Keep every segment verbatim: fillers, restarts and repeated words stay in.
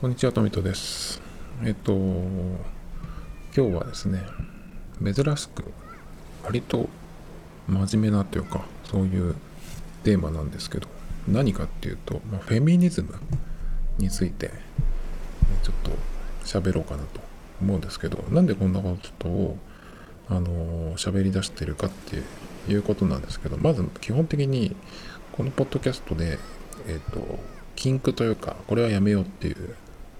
こんにちは、トミトです。えっと、今日はですね、珍しく、割と真面目なというか、そういうテーマなんですけど、何かっていうと、まあ、フェミニズムについて、ちょっと喋ろうかなと思うんですけど、なんでこんなことを、あの喋り出してるかっていうことなんですけど、まず基本的に、このポッドキャストで、えっと、禁句というか、これはやめようっていう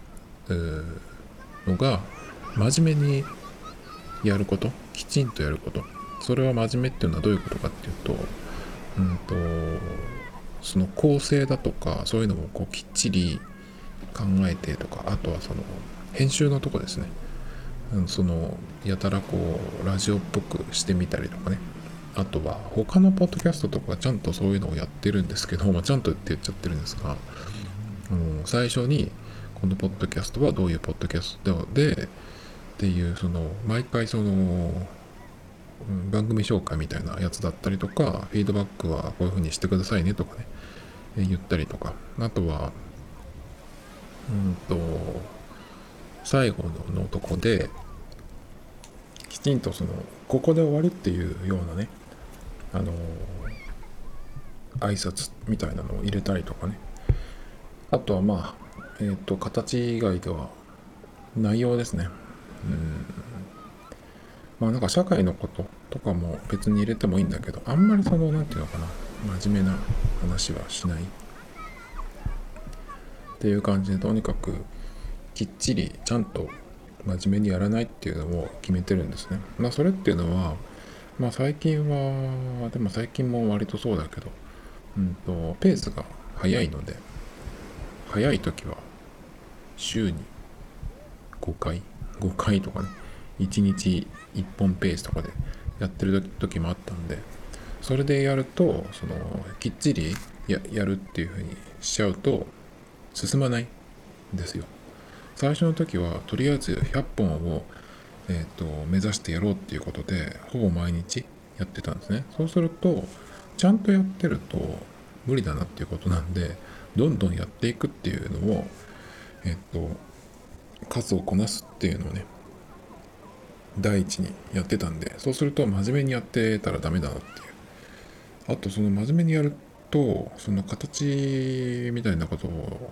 のが、真面目にやること、きちんとやること、それは真面目っていうのはどういうことかっていうと、うんとその構成だとかそういうのもこうきっちり考えてとか、あとはその編集のとこですね、うん、そのやたらこうラジオっぽくしてみたりとかね、あとは他のポッドキャストとかちゃんとそういうのをやってるんですけど、まあ、ちゃんとって言っちゃってるんですが、うん、最初にこのポッドキャストはどういうポッドキャストでっていう、その毎回その番組紹介みたいなやつだったりとか、フィードバックはこういう風にしてくださいねとかね、え言ったりとか、あとは、うんと、最後のとこで、きちんとその、ここで終わりっていうようなね、あの、挨拶みたいなのを入れたりとかね。あとはまあ、えっ、と、形以外では、内容ですね。うん。まあなんか社会のこととかも別に入れてもいいんだけど、あんまりその、なんていうのかな、真面目な話はしないっていう感じで、とにかくきっちりちゃんと真面目にやらないっていうのを決めてるんですね。まあそれっていうのは、まあ最近は、でも最近も割とそうだけど、うんと、ペースが早いので、早い時は週にごかい、ごかいとかね、いちにちいっぽんペースとかでやってる時もあったんで、それでやると、その、きっちりややるっていう風にしちゃうと、進まないんですよ。最初の時はとりあえずひゃっぽんを、えー、と目指してやろうっていうことでほぼ毎日やってたんですね。そうするとちゃんとやってると無理だなっていうことなんで、どんどんやっていくっていうのを、えっ、と数をこなすっていうのをね、第一にやってたんで、そうすると真面目にやってたらダメだなっていう。あとその真面目にやると、その形みたいなことを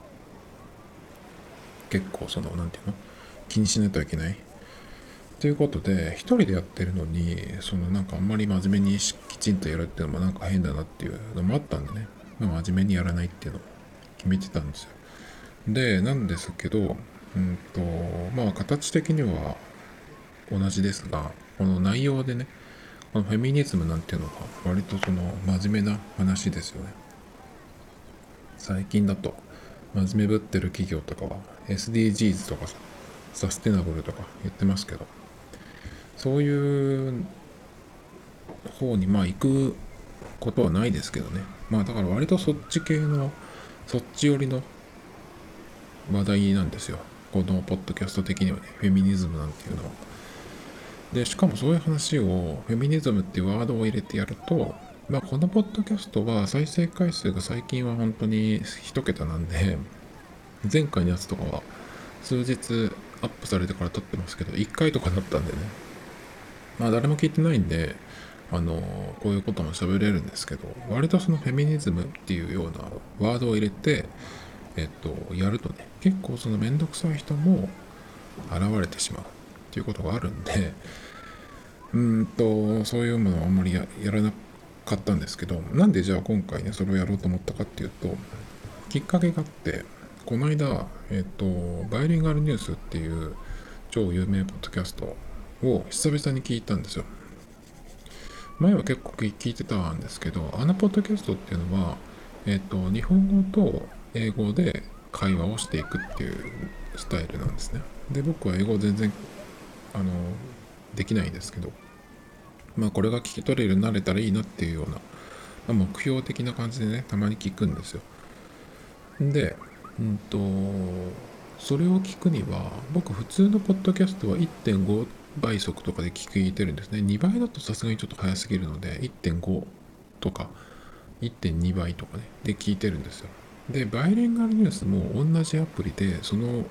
結構そのなんていうの、気にしないといけないということで、一人でやってるのに、そのなんかあんまり真面目にきちんとやるっていうのもなんか変だなっていうのもあったんでね、まあ、真面目にやらないっていうのを決めてたんですよ。で、なんですけど、うんと、まあ形的には同じですが、この内容でね、このフェミニズムなんていうのが割とその真面目な話ですよね。最近だと真面目ぶってる企業とかは エスディージーズ とかさ、サステナブルとか言ってますけど、そういう方にまあ行くことはないですけどね。まあだから割とそっち系の、そっち寄りの話題なんですよ。このポッドキャスト的にはね、フェミニズムなんていうのは。で、しかもそういう話を、フェミニズムっていうワードを入れてやると、まあこのポッドキャストは再生回数が最近は本当に一桁なんで、前回のやつとかは数日アップされてから撮ってますけど、いっかいとかだったんでね。まあ誰も聞いてないんで、あのこういうことも喋れるんですけど、割とそのフェミニズムっていうようなワードを入れて、えっと、やるとね、結構そのめんどくさい人も現れてしまうっていうことがあるんで、うーんと、そういうものはあんまり や, やらなかったんですけど、なんでじゃあ今回ね、それをやろうと思ったかっていうと、きっかけがあって、この間、えっと、バイリンガルニュースっていう超有名ポッドキャストを久々に聞いたんですよ。前は結構聞いてたんですけど、あのポッドキャストっていうのは、えっと、日本語と英語で会話をしていくっていうスタイルなんですね。で、僕は英語全然、あの、できないんですけど、まあ、これが聞き取れるようになれたらいいなっていうような、まあ、目標的な感じでね、たまに聞くんですよ。で、うんと、それを聞くには、僕普通のポッドキャストはいってんごばい速とかで聞いてるんですね。にばいだとさすがにちょっと早すぎるので、いってんごとかいってんにばいとかね、で聞いてるんですよ。で、バイリンガルニュースも同じアプリで、その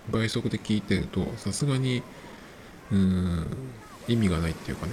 倍速で聞いてるとさすがにうーん意味がないっていうかね、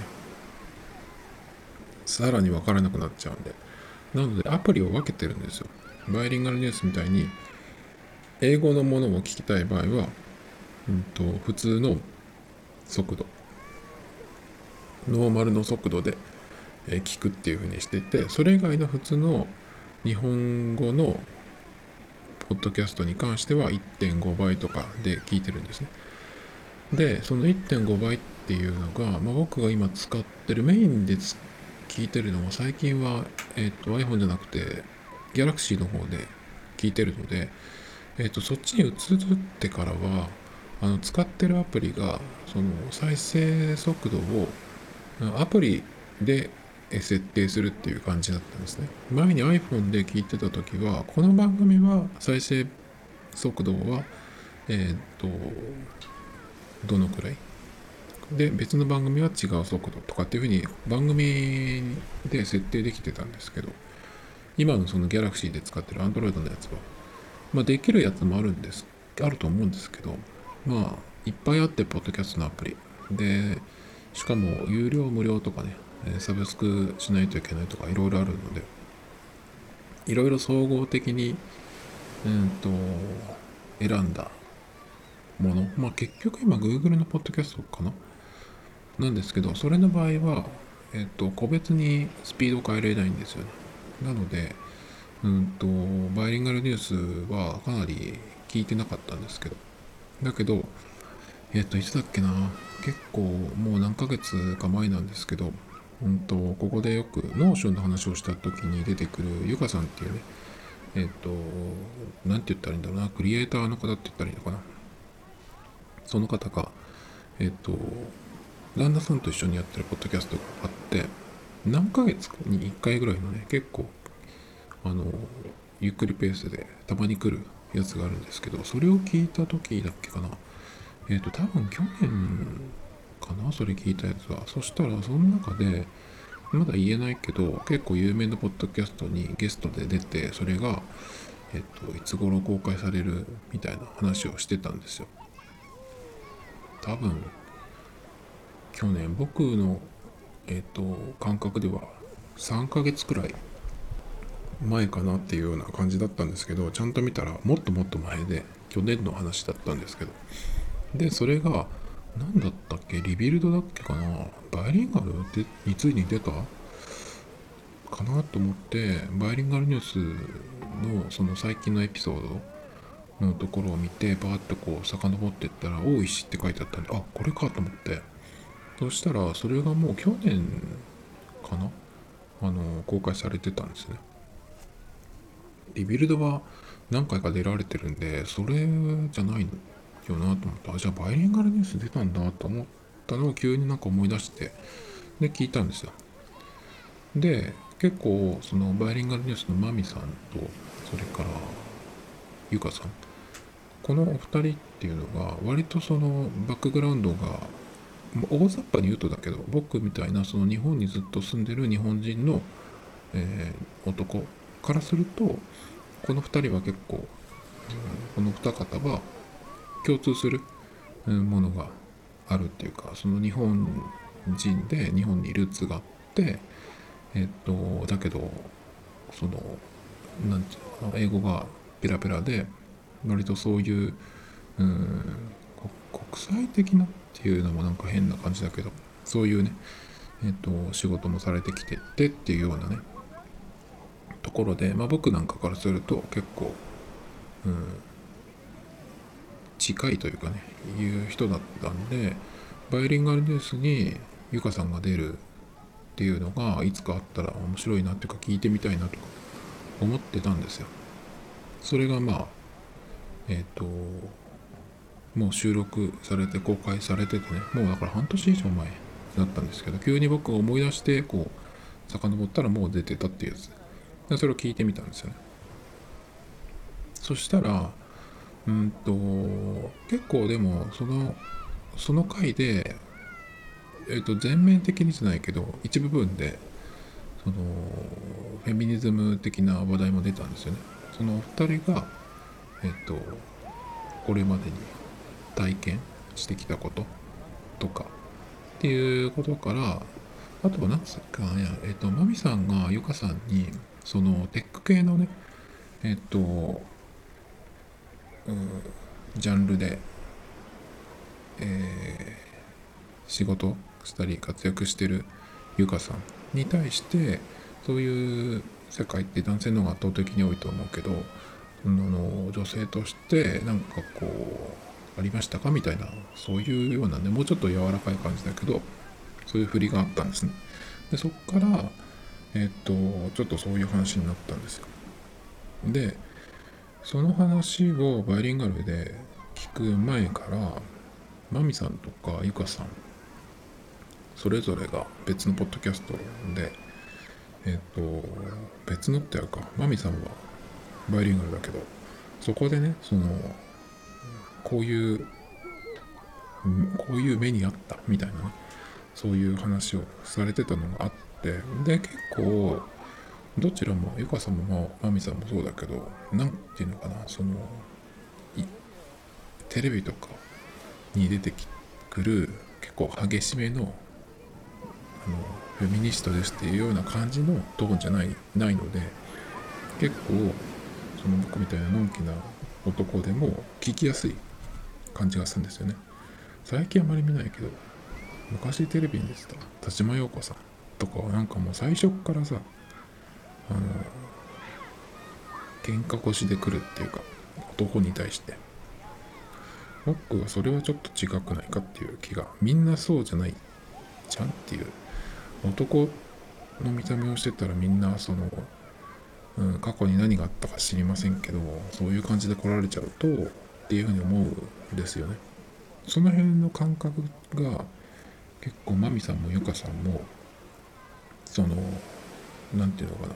さらに分からなくなっちゃうんで、なのでアプリを分けてるんですよ。バイリンガルニュースみたいに英語のものを聞きたい場合は、うんと、普通の速度、ノーマルの速度でえ聞くっていう風にしていて、それ以外の普通の日本語のポッドキャストに関してはいってんごばいとかで聞いてるんですね。で、そのいってんごばいっていうのが、まあ、僕が今使ってる、メインで聞いてるのは最近は、えっと iPhone じゃなくて Galaxy の方で聞いてるので、えっとそっちに移ってからは、あの使ってるアプリがその再生速度をアプリで設定するっていう感じだったんですね。前に iPhone で聞いてた時は、この番組は再生速度は、えーっと、どのくらいで、別の番組は違う速度とかっていうふうに番組で設定できてたんですけど、今のその Galaxy で使ってる Android のやつは、まあできるやつもあるんです、あると思うんですけど、まあいっぱいあって、ポッドキャストのアプリ。で、しかも有料無料とかね、サブスクしないといけないとかいろいろあるので、いろいろ総合的に、うんと、選んだもの。まあ結局今 Google のポッドキャストかななんですけど、それの場合は、えっと、個別にスピードを変えられないんですよね。なので、うんと、バイリンガルニュースはかなり聞いてなかったんですけど、だけど、えっと、いつだっけな、結構もう何ヶ月か前なんですけど、うんと、ここでよくノーションの話をした時に出てくるゆかさんっていうね、えっと、なんて言ったらいいんだろうな、クリエイターの方って言ったらいいのかな。その方が、えっと、旦那さんと一緒にやってるポッドキャストがあって、何ヶ月にいっかいぐらいのね、結構、あの、ゆっくりペースでたまに来るやつがあるんですけど、それを聞いた時だっけかな。えっ、と、多分去年かな、それ聞いたやつは。そしたら、その中で、まだ言えないけど、結構有名なポッドキャストにゲストで出て、それが、えっ、と、いつ頃公開されるみたいな話をしてたんですよ。多分、去年、僕の、えっ、と、感覚ではさんかげつくらい前かなっていうような感じだったんですけど、ちゃんと見たらもっともっと前で、去年の話だったんですけど、でそれが何だったっけ、リビルドだっけかな、バイリンガルでについに出たかなと思って、バイリンガルニュースのその最近のエピソードのところを見て、バーッとこう遡っていったら大石って書いてあったんで、あ、これかと思って、そしたらそれがもう去年かな、あの公開されてたんですね。リビルドは何回か出られてるんで、それじゃないよなと思った。あ、じゃあバイリンガルニュース出たんだと思ったのを急になんか思い出して、で、聞いたんですよ。で、結構、そのバイリンガルニュースのマミさんと、それからゆかさん、このお二人っていうのが、割とそのバックグラウンドが、大雑把に言うとだけど、僕みたいなその日本にずっと住んでる日本人の、えー男からすると、このふたりは結構、この二方は共通するものがあるっていうか、その日本人で日本にルーツがあって、えっとだけどそのなんていうのかな、英語がペラペラで、割とそういう、うん、国際的なっていうのもなんか変な感じだけど、そういうね、えっと仕事もされてきてってっていうようなねところで、まあ、僕なんかからすると結構、うん、近いというかね、いう人だったんで、バイリンガルニュースにゆかさんが出るっていうのがいつかあったら面白いなっていうか、聞いてみたいなとか思ってたんですよ。それがまあ、えっ、と、もう収録されて公開されててね、もうだから半年以上前だったんですけど、急に僕が思い出して、こう、遡ったらもう出てたっていうやつで、それを聞いてみたんですよね。そしたら、うんと、結構でも、その、その回で、えっ、と、全面的にじゃないけど、一部分で、その、フェミニズム的な話題も出たんですよね。そのお二人が、えっ、と、これまでに体験してきたこととかっていうことから、あとは何ですかね、えっ、とマミさんがゆかさんにそのテック系のね、えっ、とジャンルで、えー仕事したり活躍してるゆかさんに対して、そういう世界って男性の方が圧倒的に多いと思うけど、その女性としてなんかこうありましたかみたいな、そういうようなね、もうちょっと柔らかい感じだけど、そういう振りがあったんですね。でそっからえっとちょっとそういう話になったんですよ。でその話をバイリンガルで聞く前から、マミさんとかゆかさんそれぞれが別のポッドキャストで、えっと別のっていうか、マミさんはバイリンガルだけど、そこでね、そのこういうこういう目にあったみたいなね、そういう話をされてたのがあって、で結構どちらもゆかさんもマミさんもそうだけど、なんていうのかな、そのテレビとかに出てくる結構激しめの、あのフェミニストですっていうような感じのトーンじゃないないので、結構その僕みたいなのんきな男でも聞きやすい感じがするんですよね。最近あまり見ないけど、昔テレビに出てた田島陽子さんとかはなんかもう最初からさ、あの喧嘩腰で来るっていうか、男に対して僕はそれはちょっと違くないかっていう気が、みんなそうじゃないじゃんっていう、男の見た目をしてたらみんなその、うん、過去に何があったか知りませんけど、そういう感じで来られちゃうとっていうふうに思うんですよね。その辺の感覚が結構マミさんもゆかさんもそのなんていうのかな、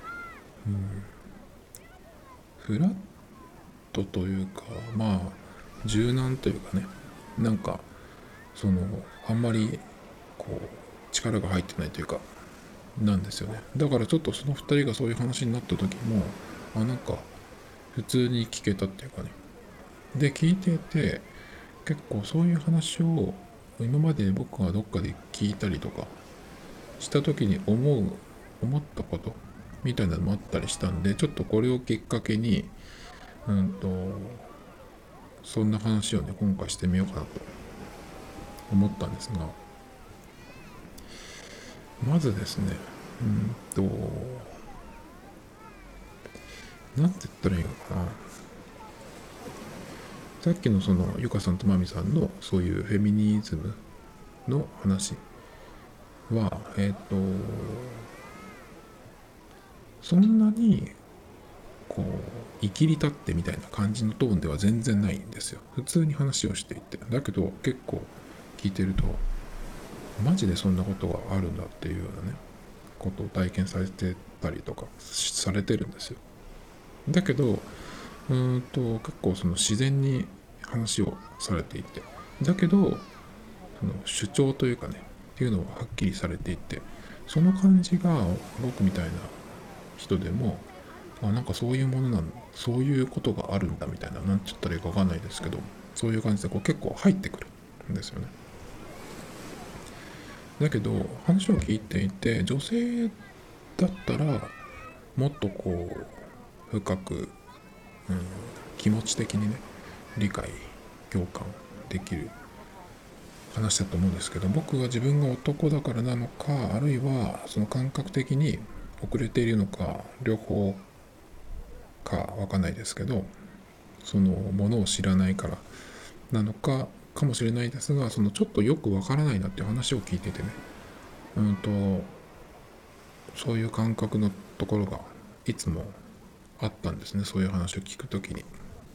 フラットというか、まあ柔軟というかね、なんかそのあんまりこう力が入ってないというかなんですよね。だからちょっとそのふたりがそういう話になった時も、あなんか普通に聞けたっていうかね。で聞いていて、結構そういう話を今まで僕がどっかで聞いたりとかした時に思う思ったことみたいなのもあったりしたんで、ちょっとこれをきっかけにうんとそんな話をね今回してみようかなと思ったんですが、まずですね、うんとなんて言ったらいいのかな、さっきのそのゆかさんとまみさんのそういうフェミニズムの話は、えっ、とそんなにこう生きり立ってみたいな感じのトーンでは全然ないんですよ。普通に話をしていて、だけど結構聞いてるとマジでそんなことがあるんだっていうようなねことを体験されてたりとかされてるんですよ。だけどうーんと結構その自然に話をされていて、だけどその主張というかねっていうのははっきりされていて、その感じが僕みたいな人でも、あなんかそういうものなんそういうことがあるんだみたいな、なんて言ったらいいか分かんないですけど、そういう感じでこう結構入ってくるんですよね。だけど話を聞いていて、女性だったらもっとこう深く、うん、気持ち的にね理解共感できる話だと思うんですけど、僕が自分が男だからなのか、あるいはその感覚的に遅れているのか、両方か分かんないですけど、そのものを知らないからなのかかもしれないですが、そのちょっとよく分からないなっていう話を聞いててね、うんとそういう感覚のところがいつもあったんですね、そういう話を聞くときに。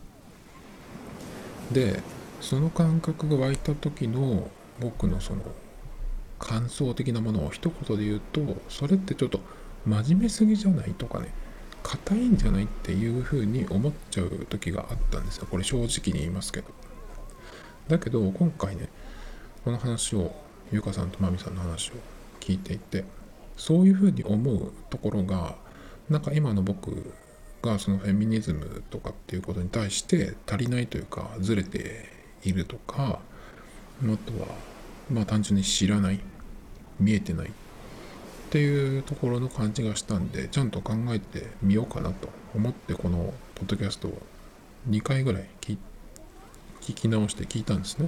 でその感覚が湧いた時の僕のその感想的なものを一言で言うと、それってちょっと真面目すぎじゃないとかね、硬いんじゃないっていうふうに思っちゃう時があったんですよ。これ正直に言いますけど。だけど今回ねこの話をゆかさんとまみさんの話を聞いていて、そういうふうに思うところがなんか今の僕がそのフェミニズムとかっていうことに対して足りないというかずれているとか、あとはまあ単純に知らない、見えてないっていうところの感じがしたんで、ちゃんと考えてみようかなと思って、このポッドキャストをにかいぐらい聞聞き直して聞いたんですね。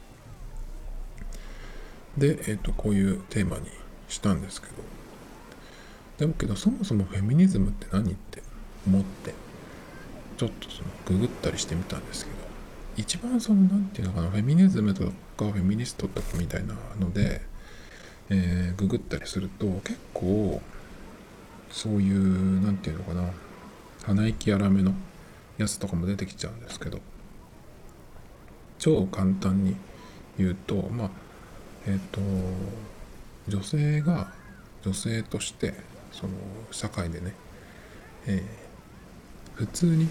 で、えっとこういうテーマにしたんですけど、でもけどそもそもフェミニズムって何って思って、ちょっとそのググったりしてみたんですけど、一番そのなんていうのかな、フェミニズムとかフェミニストとかみたいなので、えー、ググったりすると結構そういうなんていうのかな、鼻息荒めのやつとかも出てきちゃうんですけど、超簡単に言うと、まあえっ、と女性が女性としてその社会でね、えー普通に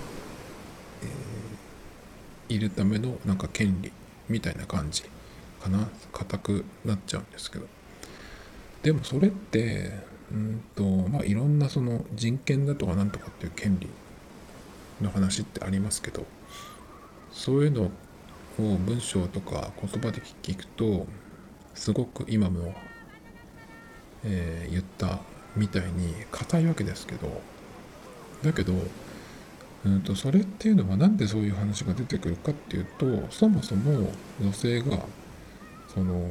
いるためのなんか権利みたいな感じかな、固くなっちゃうんですけど、でもそれってうんとまあいろんなその人権だとかなんとかっていう権利の話ってありますけど、そういうのを文章とか言葉で聞くとすごく今も、えー言ったみたいに硬いわけですけど、だけどうんとそれっていうのはなんでそういう話が出てくるかっていうと、そもそも女性がその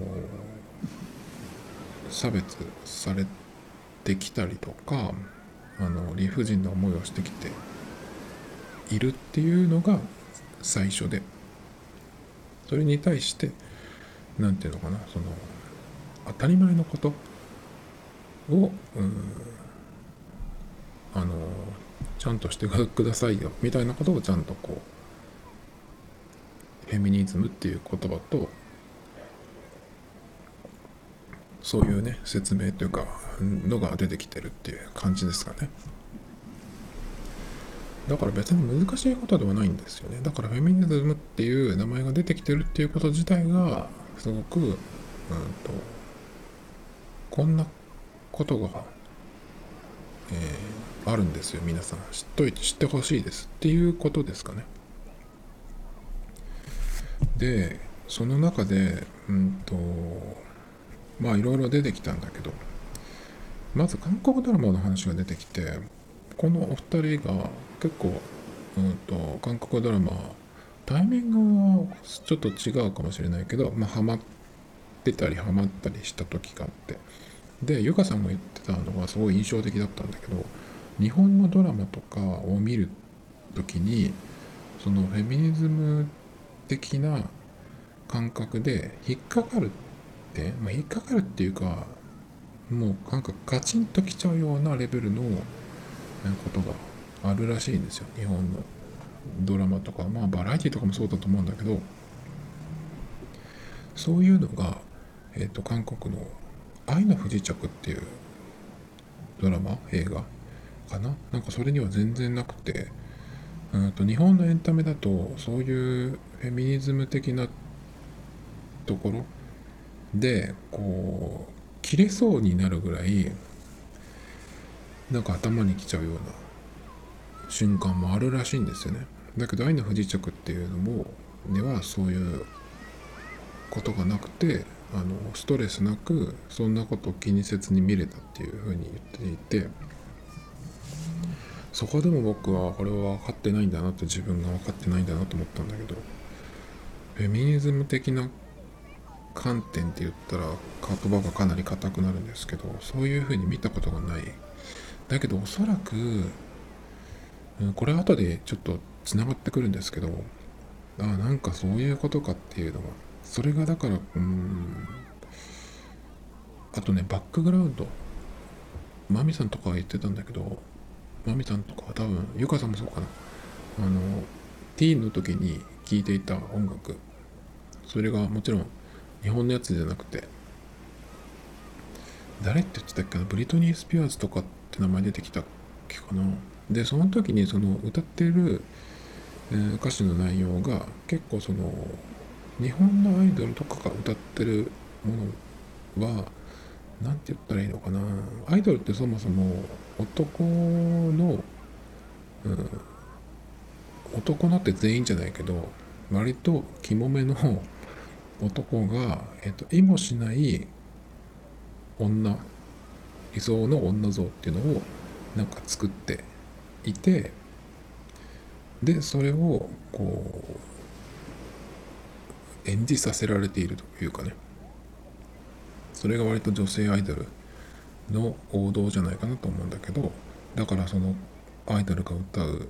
差別されてきたりとか、あの理不尽な思いをしてきているっていうのが最初で、それに対してなんていうのかな、その当たり前のことを、うん、あのちゃんとしてくださいよみたいなことをちゃんとこうフェミニズムっていう言葉とそういうね説明というかのが出てきてるっていう感じですかね。だから別に難しいことではないんですよね。だからフェミニズムっていう名前が出てきてるっていうこと自体がすごく、うんと、こんなことが、えーあるんですよ。皆さん知っといて知ってほしいですっていうことですかね。で、その中で、うんと、まあいろいろ出てきたんだけど、まず韓国ドラマの話が出てきて、このお二人が結構、うんと、韓国ドラマ、タイミングはちょっと違うかもしれないけど、まあ、ハマってたりハマったりした時があって、で、ゆかさんが言ってたのがすごい印象的だったんだけど、日本のドラマとかを見る時に、そのフェミニズム的な感覚で引っかかるって、まあ、引っかかるっていうか、もうなんかガチンときちゃうようなレベルのことがあるらしいんですよ、日本のドラマとか、まあバラエティとかもそうだと思うんだけど、そういうのが、えっと韓国の愛の不時着っていうドラマ映画かな、なんかそれには全然なくて、うんと日本のエンタメだとそういうフェミニズム的なところでこう切れそうになるぐらいなんか頭にきちゃうような瞬間もあるらしいんですよね。だけど愛の不時着っていうのもではそういうことがなくて、あのストレスなくそんなことを気にせずに見れたっていうふうに言っていて、そこでも僕はこれは分かってないんだなって自分が分かってないんだなと思ったんだけど、フェミニズム的な観点って言ったら言葉がかなり硬くなるんですけど、そういうふうに見たことがない。だけどおそらくこれ後でちょっとつながってくるんですけど、ああなんかそういうことかっていうのは、それがだからうーんあとねバックグラウンド、マミさんとかは言ってたんだけど、マミさんとかは多分ゆかさんもそうかな、あのティーンの時に聴いていた音楽、それがもちろん日本のやつじゃなくて、誰って言ってたっけな、ブリトニー・スピアーズとかって名前出てきたっけかな。でその時にその歌ってる、えー歌詞の内容が結構その日本のアイドルとかが歌ってるものはなんて言ったらいいのかな、アイドルってそもそも男の、うん、男のって全員じゃないけど、 割とキモめの男が、えっと、意もしない女、理想の女像っていうのをなんか作っていて、でそれをこう演じさせられているというかね、それが割と女性アイドルの王道じゃないかなと思うんだけど、だからそのアイドルが歌う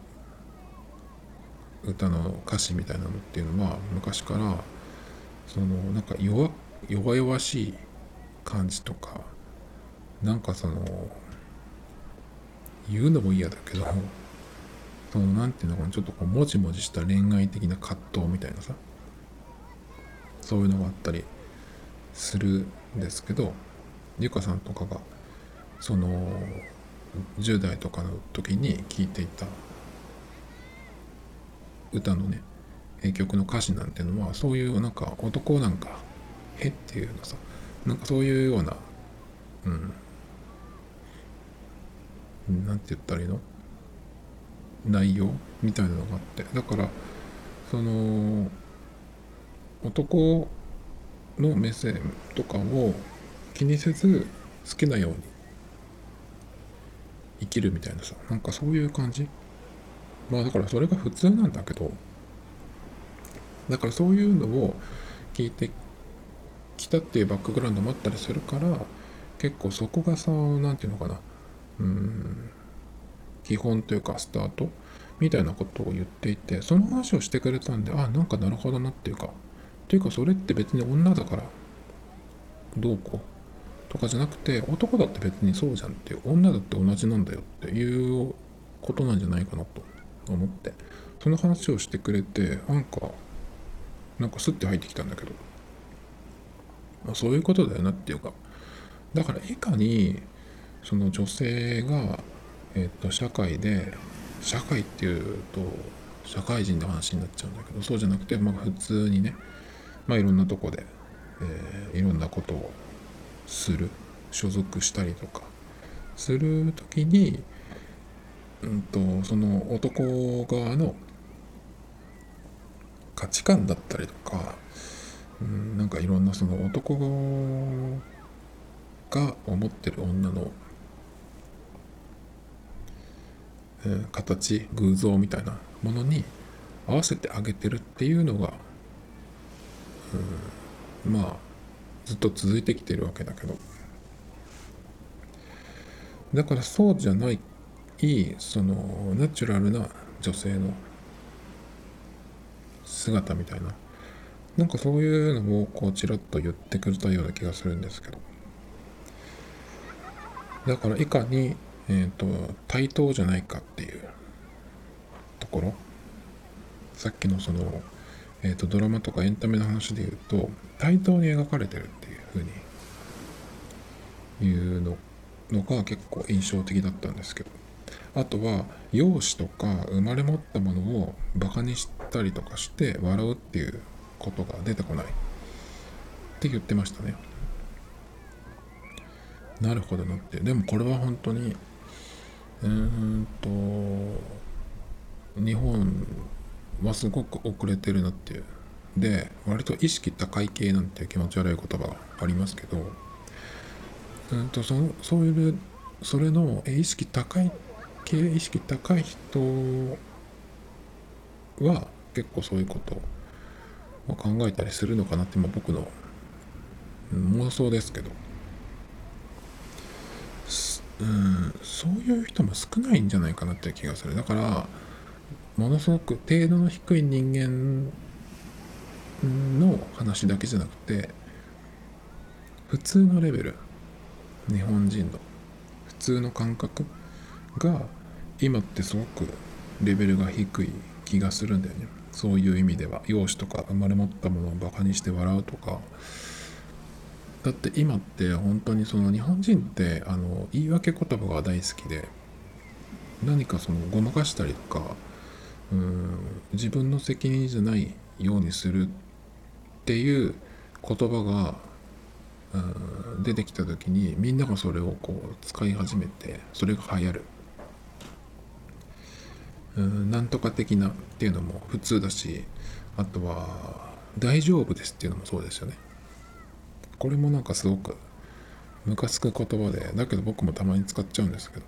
歌の歌詞みたいなのっていうのは昔からそのなんか弱弱々しい感じとか、なんかその言うのも嫌だけど、そのなんていうのかな、ちょっとこうもじもじした恋愛的な葛藤みたいなさ、そういうのがあったりするんですけど、ゆかさんとかがそのじゅう代とかの時に聴いていた歌のね曲の歌詞なんていうのは、そういうなんか男なんかへっていうのさ、なんかそういうような、うんなんて言ったらいいの、内容みたいなのがあって、だからその男の目線とかを気にせず好きなように生きるみたいなさ、なんかそういう感じ。まあだからそれが普通なんだけど、だからそういうのを聞いてきたっていうバックグラウンドもあったりするから、結構そこがさ、なんていうのかな、うーん基本というかスタートみたいなことを言っていて、その話をしてくれたんで、あ、なんかなるほどなっていうか、というかそれって別に女だからどうこうとかじゃなくて、男だって別にそうじゃんっていう、女だって同じなんだよっていうことなんじゃないかなと思って、その話をしてくれて、なんかなんかスッて入ってきたんだけど、まあ、そういうことだよなっていうか、だからいかにその女性が、えっと社会で、社会っていうと社会人の話になっちゃうんだけど、そうじゃなくて、まあ普通にね、まあいろんなとこで、えーいろんなことをする、所属したりとかするときに、うんとその男側の価値観だったりとか、うん、なんかいろんなその男が思ってる女の、えー形、偶像みたいなものに合わせてあげてるっていうのが、まあずっと続いてきてるわけだけど、だからそうじゃないそのナチュラルな女性の姿みたいな、なんかそういうのをこうちらっと言ってくれたような気がするんですけど、だからいかに、えー、と対等じゃないかっていうところ、さっきのその、えー、とドラマとかエンタメの話で言うと、対等に描かれてるっていう風に言うののが結構印象的だったんですけど、あとは容姿とか生まれ持ったものをバカにしたりとかして笑うっていうことが出てこないって言ってましたね。なるほどなって。でもこれは本当にうーんと日本はすごく遅れてるなっていう。で割と意識高い系なんて気持ち悪い言葉がありますけど、うんとそのそういうそれの意識高い系、意識高い人は結構そういうことを考えたりするのかなって、今僕の妄想ですけど、うん、そういう人も少ないんじゃないかなっていう気がする。だからものすごく程度の低い人間の話だけじゃなくて、普通のレベル、日本人の普通の感覚が今ってすごくレベルが低い気がするんだよね。そういう意味では容姿とか生まれ持ったものをバカにして笑うとか、だって今って本当にその日本人ってあの言い訳言葉が大好きで、何かそのごまかしたりとか、うーん自分の責任じゃないようにするっていう言葉がうん出てきた時に、みんながそれをこう使い始めて、それが流行る、うんなんとか的なっていうのも普通だし、 あとは大丈夫ですっていうのもそうですよね。これもなんかすごくムカつく言葉で、だけど僕もたまに使っちゃうんですけど、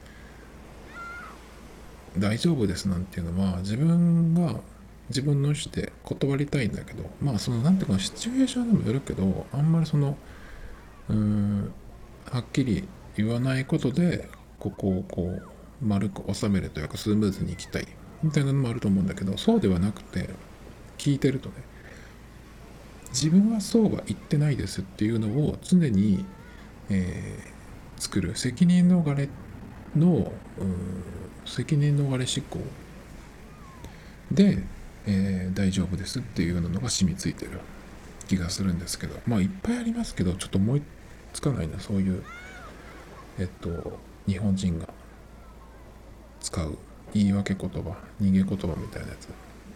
大丈夫ですなんていうのは自分が自分の意思で断りたいんだけど、まあそのなんていうかシチュエーションでもよるけど、あんまりそのうーんはっきり言わないことでここをこう丸く収めるというかスムーズにいきたいみたいなのもあると思うんだけど、そうではなくて、聞いてるとね、自分はそうは言ってないですっていうのを常に、えー作る責任逃れの責任逃れ思考で、えー大丈夫ですっていうのが染みついてる気がするんですけど、まあいっぱいありますけど、ちょっと思いつかないな、そういう、えっと、日本人が使う言い訳言葉、逃げ言葉みたいなやつ。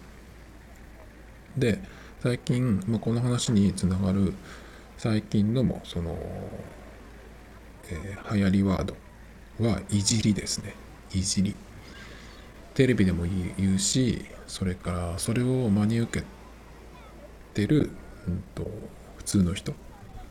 で、最近、まあ、この話につながる最近のも、その、えー流行りワードはいじりですね。いじり。テレビでも言うし、それからそれを真に受けてる、うんと、普通の人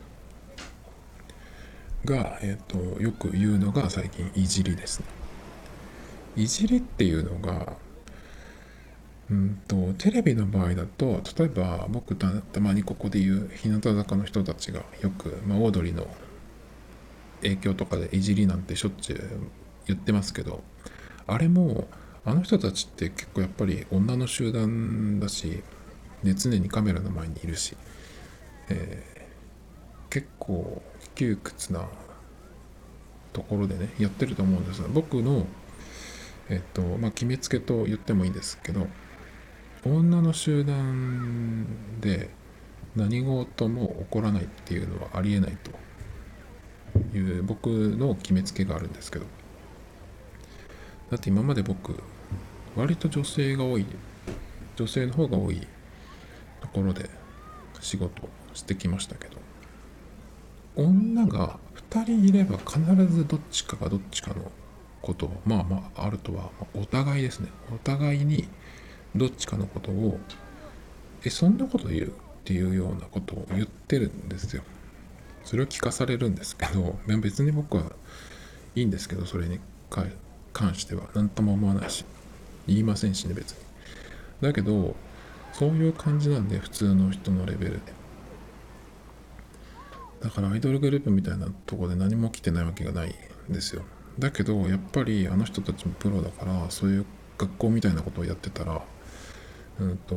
が、えっと、よく言うのが最近いじりですね。いじりっていうのが、うんと、テレビの場合だと、例えば僕たたまにここで言う日向坂の人たちがよく、まあ、オードリーの影響とかでいじりなんてしょっちゅう言ってますけど、あれもあの人たちって結構やっぱり女の集団だし、で常にカメラの前にいるし、えー結構窮屈なところでねやってると思うんですが、僕のえっとまあ決めつけと言ってもいいんですけど、女の集団で何事も起こらないっていうのはありえないという僕の決めつけがあるんですけど、だって今まで僕割と女性が多い女性の方が多いところで仕事をしてきましたけど、女がふたりいれば必ずどっちかがどっちかのことをまあまああるとは、お互いですね、お互いにどっちかのことをえそんなこと言うっていうようなことを言ってるんですよ。それを聞かされるんですけど、別に僕はいいんですけど、それに関しては何とも思わないし言いませんしね、別に。だけどそういう感じなんで、普通の人のレベルで。だからアイドルグループみたいなところで何も起きてないわけがないんですよ。だけどやっぱりあの人たちもプロだから、そういう学校みたいなことをやってたら、うんと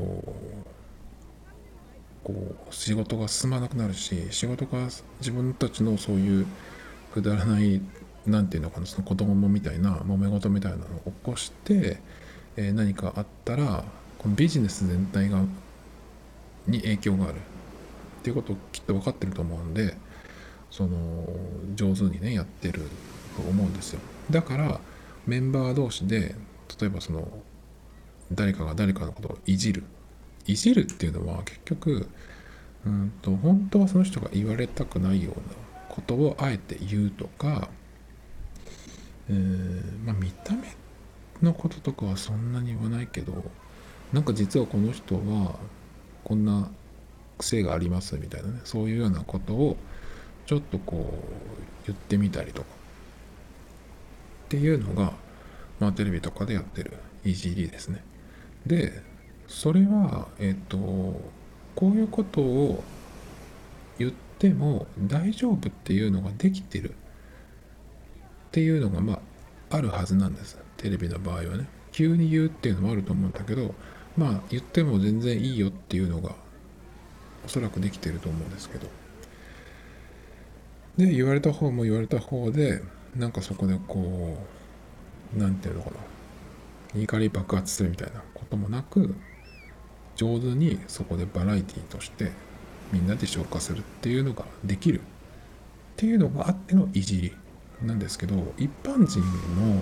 こう仕事が進まなくなるし、仕事が自分たちのそういうくだらないなんていうのかな、その子供みたいな揉め事みたいなのを起こして、えー何かあったらこのビジネス全体がに影響があるっていうことをきっと分かってると思うんで、その上手にねやってると思うんですよ。だからメンバー同士で例えばその誰かが誰かのことをいじるいじるっていうのは結局うんと本当はその人が言われたくないようなことをあえて言うとか、えーまあ、見た目のこととかはそんなに言わないけど、なんか実はこの人はこんな癖がありますみたいなね、そういうようなことをちょっとこう言ってみたりとかっていうのが、まあ、テレビとかでやってるいじりですね。でそれはえっ、とこういうことを言っても大丈夫っていうのができてるっていうのがまああるはずなんです、テレビの場合はね。急に言うっていうのもあると思うんだけど、まあ言っても全然いいよっていうのがおそらくできてると思うんですけど、で言われた方も言われた方でなんかそこでこうなんていうのかな、怒り爆発するみたいなこともなく、上手にそこでバラエティとしてみんなで消化するっていうのができるっていうのがあってのいじりなんですけど、一般人の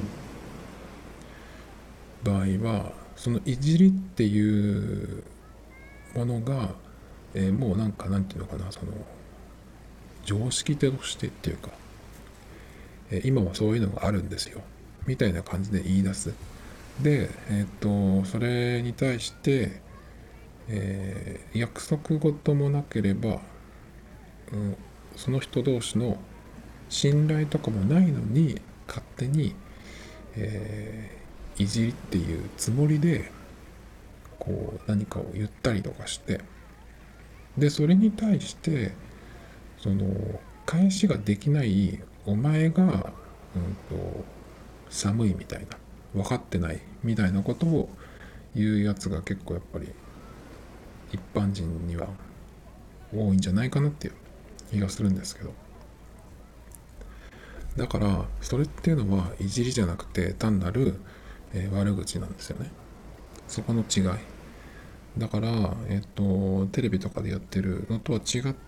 場合はそのいじりっていうものが、えーもうなんかなんていうのかな、その常識としてっていうか、えー今はそういうのがあるんですよみたいな感じで言い出す。でえっ、とそれに対してえー約束事もなければ、うん、その人同士の信頼とかもないのに勝手に、えーいじりっていうつもりでこう何かを言ったりとかして、でそれに対してその返しができないお前が、うん、と寒いみたいな、分かってないみたいなことを言うやつが結構やっぱり一般人には多いんじゃないかなっていう気がするんですけど、だからそれっていうのはいじりじゃなくて単なる、えー悪口なんですよね。そこの違いだから、えっとテレビとかでやってるのとは違って、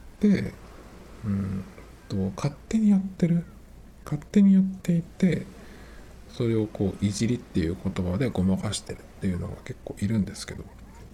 うんと勝手にやってる勝手にやっていて、それをこういじりっていう言葉でごまかしてるっていうのが結構いるんですけど、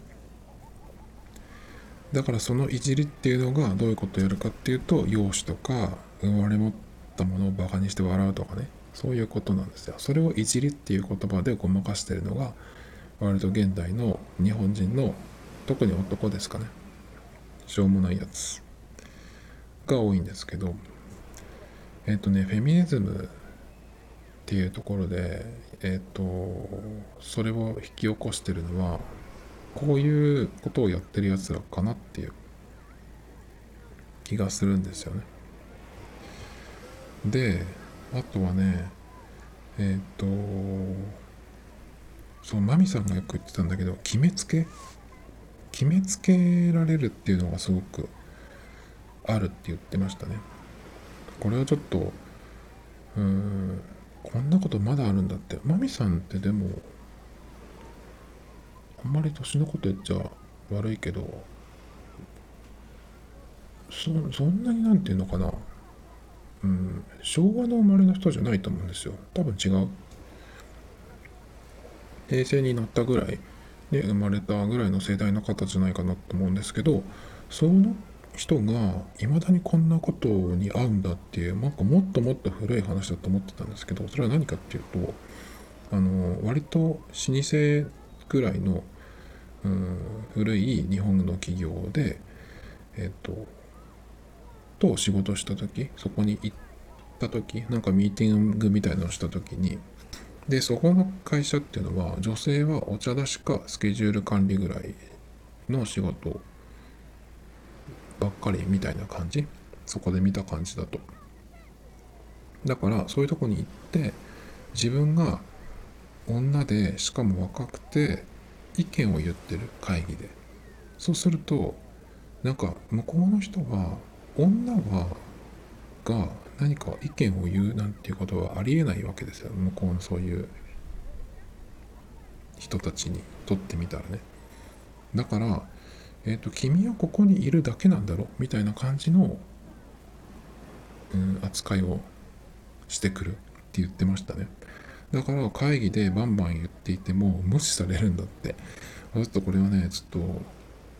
だからそのいじりっていうのがどういうことをやるかっていうと、容姿とか生まれ持ったものをバカにして笑うとかね、そういうことなんですよ。それをいじりっていう言葉でごまかしてるのが割と現代の日本人の、特に男ですかね、しょうもないやつが多いんですけど、えっ、とねフェミニズムっていうところで、えっ、とそれを引き起こしてるのはこういうことをやってるやつらかなっていう気がするんですよね。で、あとはね、えっ、と、そう、マミさんがよく言ってたんだけど、決めつけ決めつけられるっていうのがすごくあるって言ってましたね。これはちょっと、うーん、こんなことまだあるんだって。マミさんってでも、あんまり年のこと言っちゃ悪いけど、そそんなになんていうのかな、うん、昭和の生まれの人じゃないと思うんですよ。多分違う。平成になったぐらいで生まれたぐらいの世代の方じゃないかなと思うんですけど、その人がいまだにこんなことに合うんだっていう、なんかもっともっと古い話だと思ってたんですけど、それは何かっていうと、あの割と老舗ぐらいの、うん、古い日本の企業で、えっとと仕事した時、そこに行った時、なんかミーティングみたいなのをした時に、でそこの会社っていうのは女性はお茶出しかスケジュール管理ぐらいの仕事ばっかりみたいな感じ、そこで見た感じだと。だからそういうとこに行って自分が女でしかも若くて意見を言ってる会議で、そうするとなんか向こうの人は女はが何か意見を言うなんていうことはありえないわけですよ、向こうのそういう人たちにとってみたらね。だから、えーと、君はここにいるだけなんだろみたいな感じの、うん、扱いをしてくるって言ってましたね。だから会議でバンバン言っていても無視されるんだって。ちょっとこれはね、ちょっと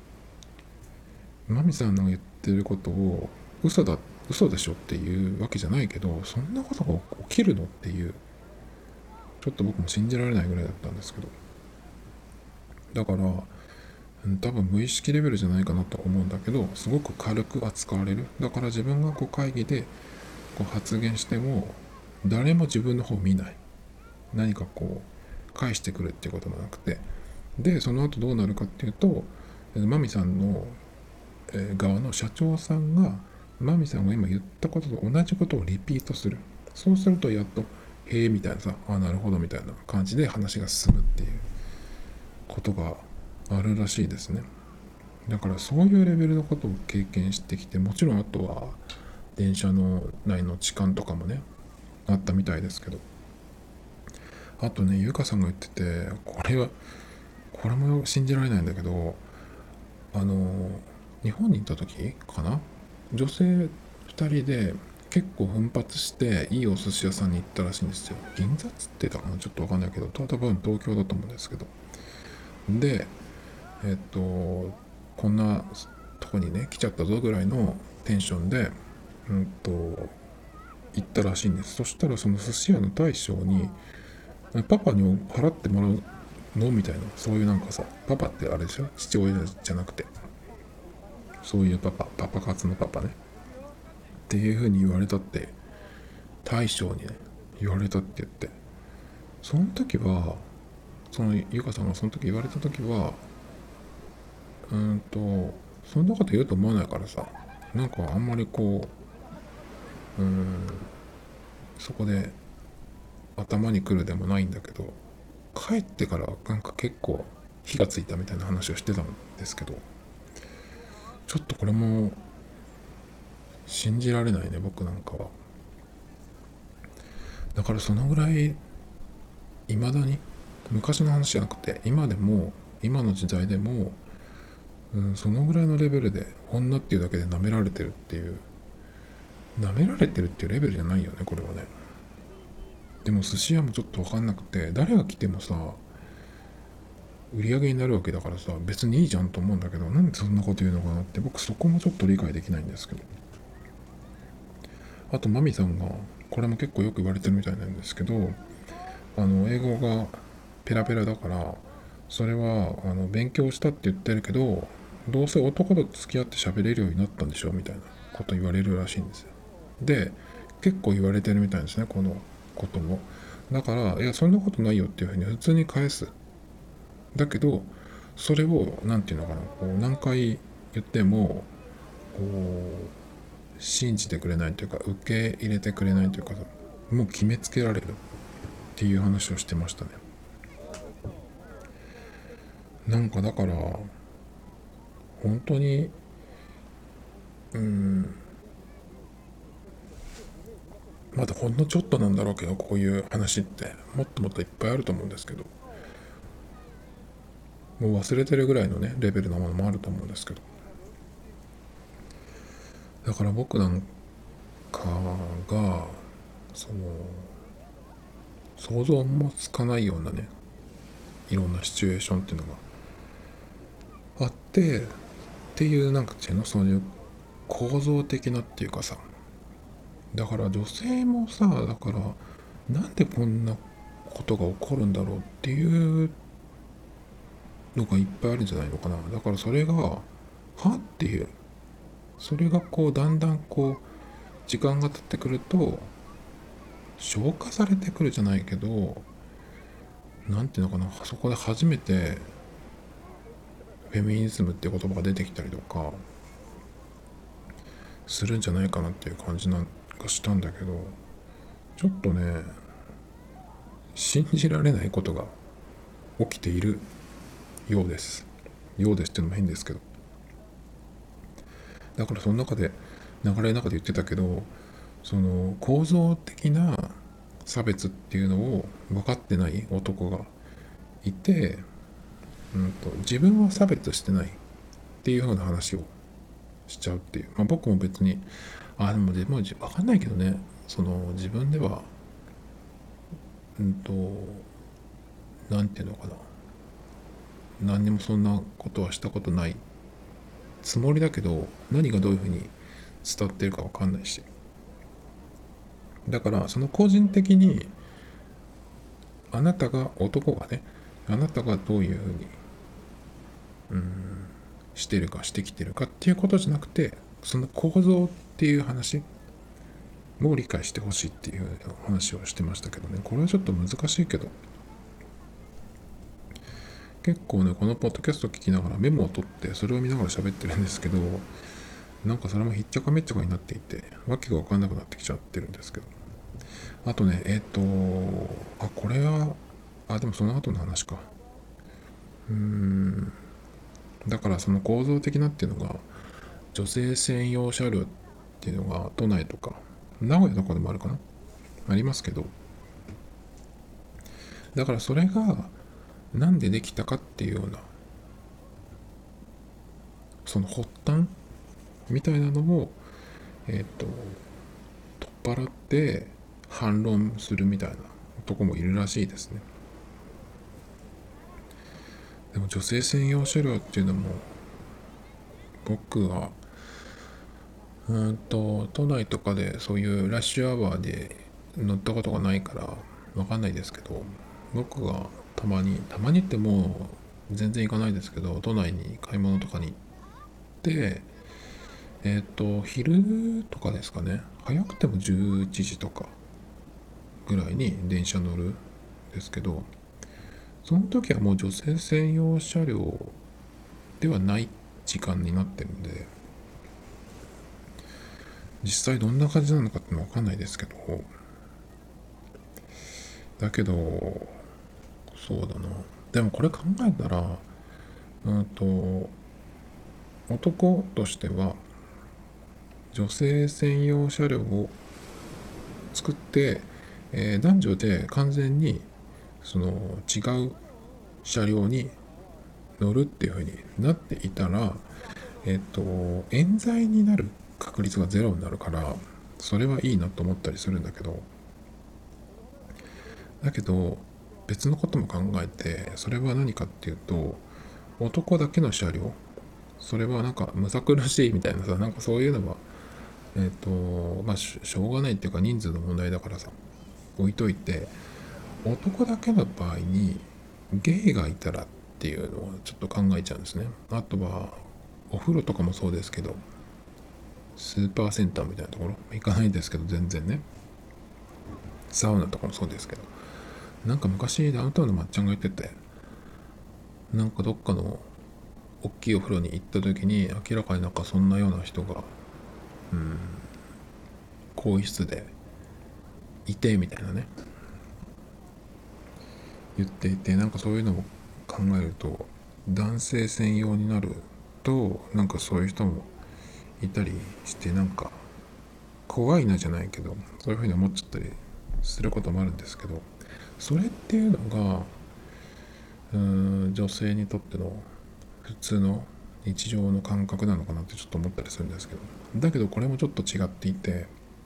マミさんの言ってることを嘘だ嘘でしょっていうわけじゃないけど、そんなことが起きるのっていう、ちょっと僕も信じられないぐらいだったんですけど、だから多分無意識レベルじゃないかなと思うんだけど、すごく軽く扱われる。だから自分がこう会議でこう発言しても誰も自分の方を見ない、何かこう返してくるっていうこともなくて、でその後どうなるかっていうと、マミさんの側の社長さんがマミさんが今言ったことと同じことをリピートする。そうするとやっとへえみたいなさ、あなるほどみたいな感じで話が進むっていうことがあるらしいですね。だからそういうレベルのことを経験してきて、もちろんあとは電車の内の痴漢とかもねあったみたいですけど、あとねゆかさんが言ってて、これはこれも信じられないんだけど、あの日本に行った時かな、女性ふたりで結構奮発していいお寿司屋さんに行ったらしいんですよ。銀座っつってたかな、ちょっと分かんないけど、多分東京だと思うんですけど、でえっとこんなとこにね来ちゃったぞぐらいのテンションでうんと行ったらしいんです。そしたらその寿司屋の大将にパパに払ってもらうのみたいな、そういうなんかさ、パパってあれでしょ、父親じゃなくて、そういうパパ、パパ活のパパねっていう風に言われたって、大将にね言われたって言って、その時は、そのゆかさんがその時言われた時は、うーんとそんなこと言うと思わないからさ、なんかあんまりこう、うーんそこで頭にくるでもないんだけど、帰ってからなんか結構火がついたみたいな話をしてたんですけど、ちょっとこれも信じられないね、僕なんかは。だからそのぐらい、いまだに昔の話じゃなくて今でも、今の時代でも、うん、そのぐらいのレベルで女っていうだけで舐められてるっていう、舐められてるっていうレベルじゃないよねこれはね。でも寿司屋もちょっと分かんなくて、誰が来てもさ売り上げになるわけだからさ、別にいいじゃんと思うんだけど、なんでそんなこと言うのかなって、僕そこもちょっと理解できないんですけど。あとマミさんが、これも結構よく言われてるみたいなんですけど、あの英語がペラペラだから、それはあの勉強したって言ってるけど、どうせ男と付き合って喋れるようになったんでしょみたいなこと言われるらしいんですよ。で、結構言われてるみたいですね、このことも。だから、いやそんなことないよっていうふうに普通に返す。だけど、それをなんていうのかな、こう何回言ってもこう信じてくれないというか、受け入れてくれないというか、もう決めつけられるっていう話をしてましたね。なんかだから本当に、うーんまだほんのちょっとなんだろうけど、こういう話ってもっともっといっぱいあると思うんですけど、もう忘れてるぐらいのねレベルのものもあると思うんですけど、だから僕なんかがその想像もつかないようなね、いろんなシチュエーションっていうのがあってっていう、なんかっていうの、そういう構造的なっていうかさ、だから女性もさ、だからなんでこんなことが起こるんだろうっていうのがいっぱいあるんじゃないのかな。だからそれがはっていう、それがこうだんだんこう時間が経ってくると消化されてくるじゃないけど、なんていうのかな、そこで初めてフェミニズムっていう言葉が出てきたりとかするんじゃないかなっていう感じなんかしたんだけど、ちょっとね信じられないことが起きているようですようですっていうのも変ですけど、だからその中で流れの中で言ってたけど、その構造的な差別っていうのを分かってない男がいて、うんと、自分は差別してないっていうような話をしちゃうっていう、まあ、僕も別に、あでもでも分かんないけどね、その自分ではうんとなんていうのかな、何にもそんなことはしたことないつもりだけど、何がどういうふうに伝わってるか分かんないし、だからその個人的にあなたが、男がね、あなたがどういうふうにしてるかしてきてるかっていうことじゃなくて、その構造っていう話も理解してほしいっていう話をしてましたけどね。これはちょっと難しいけど、結構ねこのポッドキャスト聞きながらメモを取ってそれを見ながら喋ってるんですけど、なんかそれもひっちゃかめっちゃかになっていて、わけが分かんなくなってきちゃってるんですけど、あとね、えっ、とあこれはあでもその後の話か。うーんだからその構造的なっていうのが、女性専用車両っていうのが都内とか名古屋とかでもあるかな、ありますけど、だからそれがなんでできたかっていうような、その発端みたいなのをえっ、と取っ払って反論するみたいなとこもいるらしいですね。でも女性専用車両っていうのも、僕はうんと都内とかでそういうラッシュアワーで乗ったことがないからわかんないですけど、 僕がたまにたまにってもう全然行かないですけど、都内に買い物とかに行って、えっ、と昼とかですかね、早くてもじゅういちじとかぐらいに電車乗るんですけど、その時はもう女性専用車両ではない時間になってるんで、実際どんな感じなのかってのは分かんないですけど、だけどそうだな、でもこれ考えたら、うんと男としては女性専用車両を作って、えー男女で完全にその違う車両に乗るっていう風になっていたら、えっと冤罪になる確率がゼロになるから、それはいいなと思ったりするんだけど、だけど別のことも考えて、それは何かっていうと、男だけの車両、それはなんかむさ苦しいみたいなさ、なんかそういうのはえっ、とまあしょうがないっていうか、人数の問題だからさ置いといて、男だけの場合にゲイがいたらっていうのをちょっと考えちゃうんですね。あとはお風呂とかもそうですけど、スーパーセンターみたいなところ行かないんですけど、全然ね、サウナとかもそうですけど、なんか昔ダウンタウンのまっちゃんが言ってて、なんかどっかの大きいお風呂に行った時に、明らかになんかそんなような人が更衣室でいてみたいなね、言っていて、なんかそういうのを考えると、男性専用になるとなんかそういう人もいたりして、なんか怖いなじゃないけど、そういうふうに思っちゃったりすることもあるんですけど、それっていうのがうーん女性にとっての普通の日常の感覚なのかなってちょっと思ったりするんですけど、だけどこれもちょっと違っていて、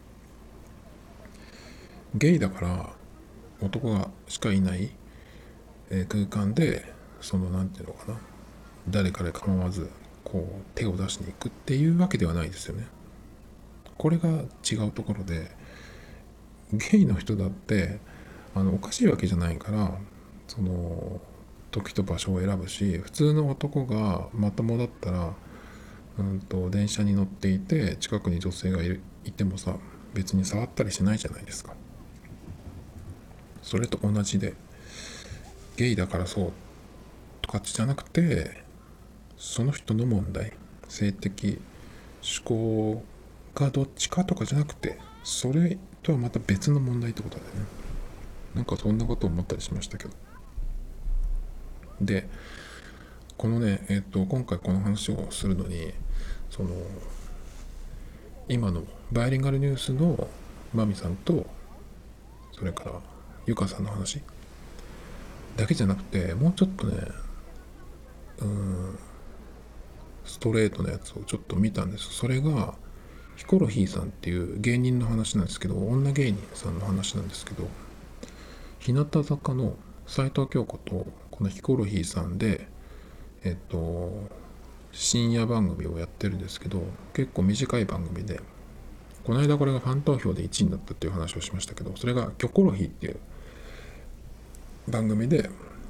ゲイだから男がしかいない空間で、そのなんていうのかな、誰かで構わずこう手を出しに行くっていうわけではないですよね。これが違うところで、ゲイの人だってあのおかしいわけじゃないから、その時と場所を選ぶし、普通の男がまともだったら、うんと電車に乗っていて近くに女性がいるいてもさ、別に触ったりしないじゃないですか。それと同じで、ゲイだからそうとかじゃなくて、その人の問題、性的思考がどっちかとかじゃなくて、それとはまた別の問題ってことだよね。なんかそんなことを思ったりしましたけど。で、このね、えっ、と今回この話をするのに、その今のバイリンガルニュースのマミさんと、それからゆかさんの話だけじゃなくて、もうちょっとね、うーんストレートなやつをちょっと見たんです。それがヒコロヒーさんっていう芸人の話なんですけど、女芸人さんの話なんですけど、日向坂の斉藤京子とこのヒコロヒーさんで、えっと深夜番組をやってるんですけど、結構短い番組で、この間これがファン投票でいちいになったっていう話をしましたけど、それがキョコロヒーっていう番組で、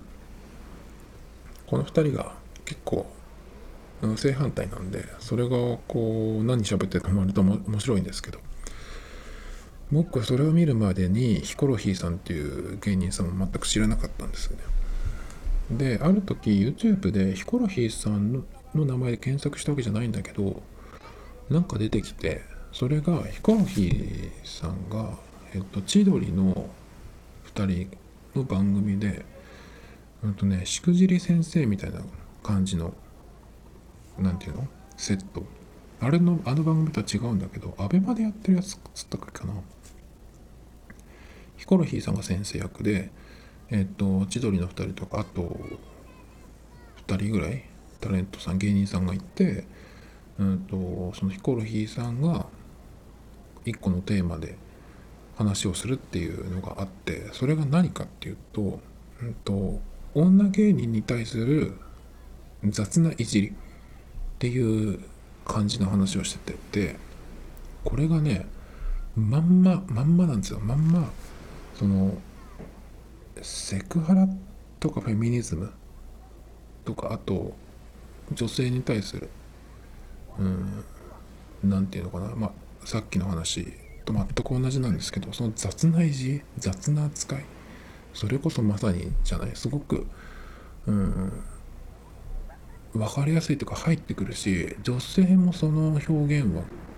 このふたりが結構正反対なんで、それがこう何喋ってるかもあると面白いんですけど、僕はそれを見るまでにヒコロヒーさんっていう芸人さんも全く知らなかったんですよね。で、ある時 YouTube でヒコロヒーさんのの名前で検索したわけじゃないんだけど、なんか出てきて、それがヒコロヒーさんが、えっと、千鳥のふたりの番組で、うんとね、しくじり先生みたいな感じの、なんていうのセット。あれの、あの番組とは違うんだけど、アベマでやってるやつつったっけかな。ヒコロヒーさんが先生役で、えっと、千鳥のふたりとか、あとふたりぐらいタレントさん、芸人さんがいて、うんと、そのヒコロヒーさんがいっこのテーマで話をするっていうのがあって、それが何かっていうと、うんと、女芸人に対する雑ないじりっていう感じの話をしてて、で、これがね、まんま、まんまなんですよ。まんま、その、 セクハラとかフェミニズムとか、あと女性に対するなんていうのかな、まあさっきの話と全く同じなんですけど、その雑ないじ雑な扱い、それこそまさにじゃない、すごく分かりやすいというか入ってくるし、女性もその表現は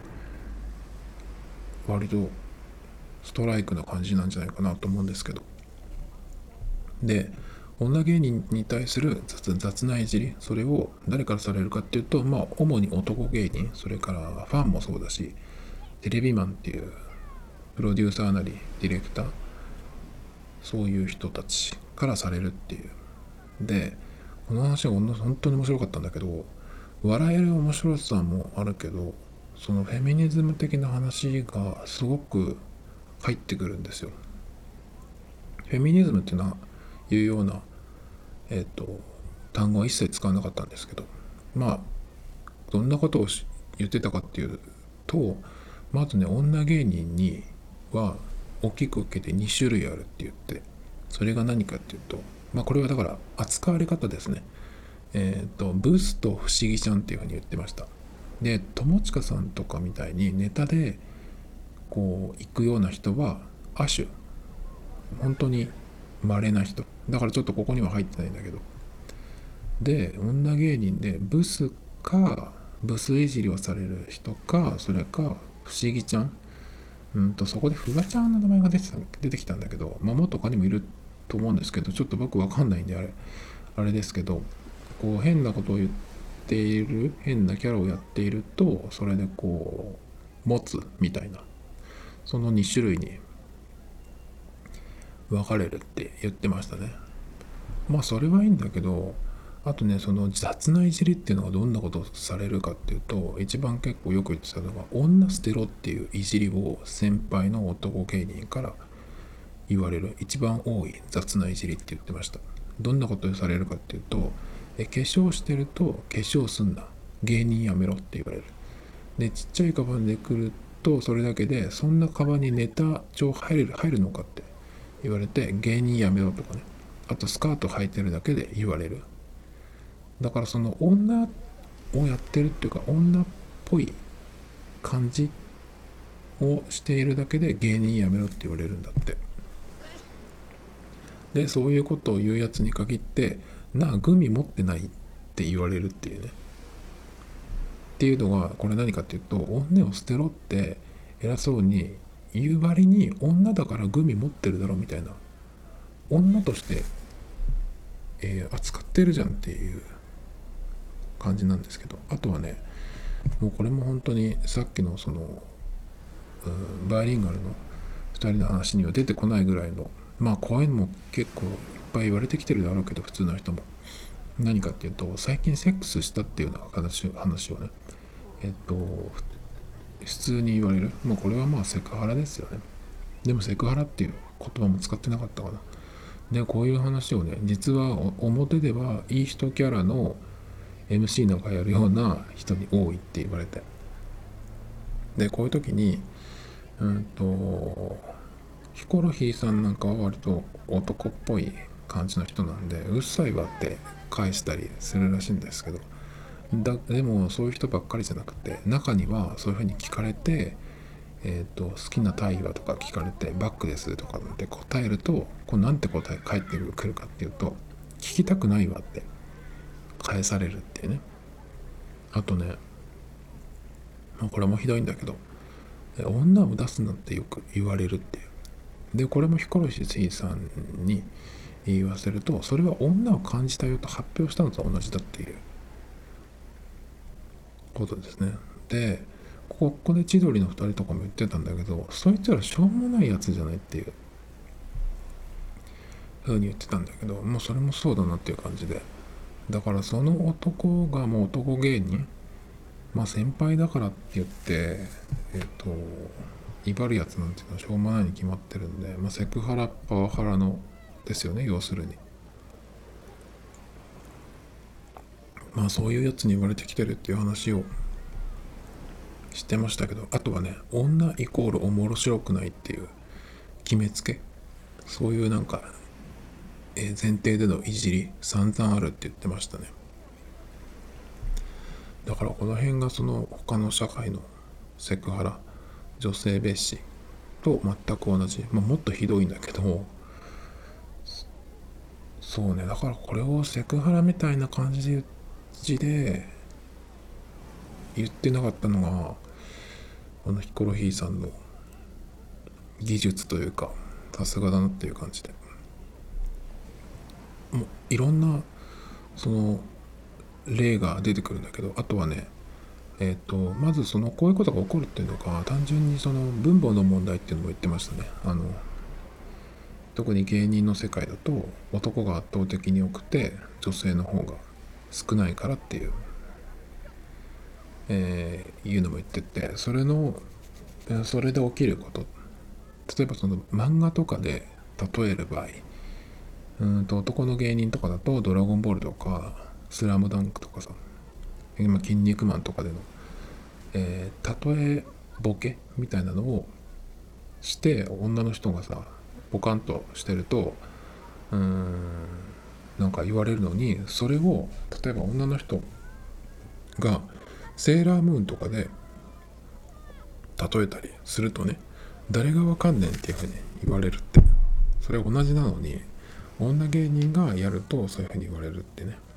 割とストライクな感じなんじゃないかなと思うんですけど、で女芸人に対する 雑, 雑ないじり、それを誰からされるかっていうと、まあ主に男芸人、それからファンもそうだし、テレビマンっていうプロデューサーなりディレクター、そういう人たちからされるっていう。でこの話が本当に面白かったんだけど、笑える面白さもあるけど、そのフェミニズム的な話がすごく入ってくるんですよ。フェミニズムっていうのはいうような、えっと単語は一切使わなかったんですけど、まあどんなことを言ってたかっていうと、まずね、女芸人には大きく分けてに種類あるって言って、それが何かっていうと、まあこれはだから扱われ方ですね。えっ、ー、とブスと不思議ちゃんっていうふうに言ってました。で友近さんとかみたいにネタでこう行くような人は亜種、本当に稀な人だからちょっとここには入ってないんだけど、で女芸人でブスかブスいじりをされる人か、それか不思議ちゃん、うんとそこでフワちゃんの名前が出てた出てきたんだけど、まあもっと他にもいると思うんですけど、ちょっと僕わかんないんであれあれですけど、こう変なことを言っている、変なキャラをやっていると、それでこう持つみたいな、そのに種類に分かれるって言ってましたね。まあそれはいいんだけど、あとね、その雑ないじりっていうのはどんなことをされるかっていうと、一番結構よく言ってたのが、女捨てろっていういじりを先輩の男芸人から言われる一番多い雑ないじりって言ってました。どんなことをされるかっていうと、え化粧してると化粧すんな、芸人やめろって言われる。でちっちゃいカバンで来ると、それだけでそんなカバンにネタ帳入る入るのかって言われて、芸人やめろとかね、あとスカート履いてるだけで言われる。だからその女をやってるっていうか、女っぽい感じをしているだけで芸人やめろって言われるんだって。でそういうことを言うやつに限って、なあグミ持ってないって言われるっていうね。っていうのがこれ何かっていうと、女を捨てろって偉そうに言う割に、女だからグミ持ってるだろみたいな、女として、えー扱ってるじゃんっていう感じなんですけど、あとはね、もうこれも本当にさっきのそのバイリンガルのふたりの話には出てこないぐらいの、まあこういうのも結構いっぱい言われてきてるだろうけど、普通の人も何かっていうと、最近セックスしたっていうような話話をね、えっと普通に言われる。もうこれはまあセクハラですよね。でもセクハラっていう言葉も使ってなかったかな。でこういう話をね、実は表ではいい人キャラの エムシー なんかやるような人に多いって言われて、でこういう時にうんとヒコロヒーさんなんかは割と男っぽい感じの人なんで、うっさいわって返したりするらしいんですけど、だでもそういう人ばっかりじゃなくて、中にはそういうふうに聞かれて、えーと、好きなタイはとか聞かれて、バックですとかって答えると、こうなんて答え返ってくるかっていうと、聞きたくないわって返されるっていうね。あとね、まあ、これもひどいんだけど、女を出すなんてよく言われるっていう。でこれもヒコロヒーさんに言わせると、それは女を感じたよと発表したのと同じだっていうことですね。でここで千鳥のふたりとかも言ってたんだけど、そいつらしょうもないやつじゃないっていうふうに言ってたんだけど、もうそれもそうだなっていう感じで、だからその男がもう男芸人、まあ先輩だからって言ってえっ、と威張るやつなんていうのはしょうもないに決まってるんで、まあ、セクハラパワハラのですよね、要するに。まあそういうやつに言われてきてるっていう話をしてましたけど、あとはね、女イコール面白くないっていう決めつけ、そういうなんかえー前提でのいじり散々あるって言ってましたね。だからこの辺がその他の社会のセクハラ、女性蔑視と全く同じ、まあ、もっとひどいんだけど、そうね、だからこれをセクハラみたいな感じで字で言ってなかったのがこのヒコロヒーさんの技術というか、さすがだなっていう感じで、もういろんなその例が出てくるんだけど、あとはね、えっ、とまずそのこういうことが起こるっていうのが単純にその分母の問題っていうのも言ってましたね。あの特に芸人の世界だと男が圧倒的に多くて女性の方が少ないからっていう、えーいうのも言ってて、それのそれで起きること、例えばその漫画とかで例える場合、うんと男の芸人とかだとドラゴンボールとかスラムダンクとかさ、今筋肉マンとかでの、えー例えボケみたいなのをして女の人がさポカンとしてると、うーんなんか言われるのに、それを例えば女の人がセーラームーンとかで例えたりするとね、誰がわかんねんっていうふうに言われるって、それ同じなのに女芸人がやるとそういうふうに言われるってね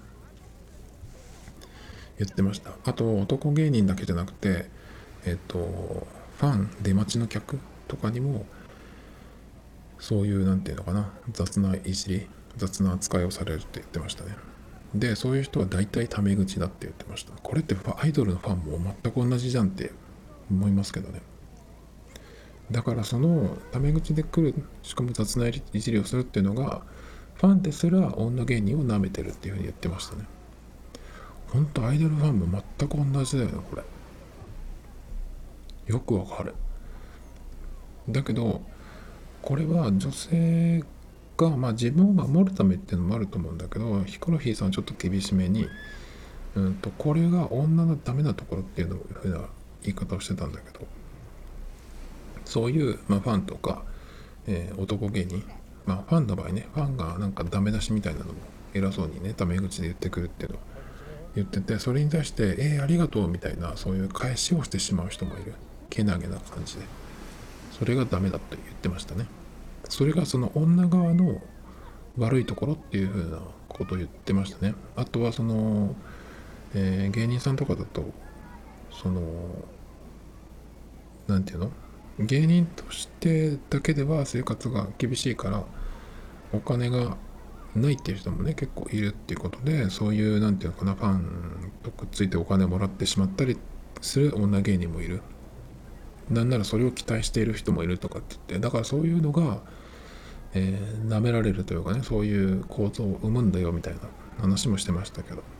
言ってました。あと男芸人だけじゃなくて、えっとファン出待ちの客とかにもそういうなんていうのかな、雑ないじり雑な扱いをされるって言ってましたね。でそういう人は大体タメ口だって言ってました。これってアイドルのファンも全く同じじゃんって思いますけどね。だからそのタメ口で来る、しかも雑ないじりをするっていうのがファンですら女芸人を舐めてるっていうふうに言ってましたね。ほんとアイドルファンも全く同じだよねこれ。よくわかる。だけどこれは女性が、まあ、自分を守るためっていうのもあると思うんだけど、ヒコロヒーさんはちょっと厳しめに、うんとこれが女のダメなところっていうのふうな言い方をしてたんだけど、そういう、まあ、ファンとか、えー男芸人、まあファンの場合ね、ファンがなんかダメ出しみたいなのも偉そうにねタメ口で言ってくるっていうのを言ってて、それに対して「えー、ありがとう」みたいなそういう返しをしてしまう人もいる、けなげな感じで、それがダメだと言ってましたね。それがその女側の悪いところっていう風なことを言ってましたね。あとはその、えー芸人さんとかだとそのなんていうの、芸人としてだけでは生活が厳しいからお金がないっていう人もね結構いるっていうことで、そういうなんていうのかな、ファンとくっついてお金もらってしまったりする女芸人もいる。なんならそれを期待している人もいるとかって言って、だからそういうのが、えー、舐められるというかね、そういう構造を生むんだよみたいな話もしてましたけど、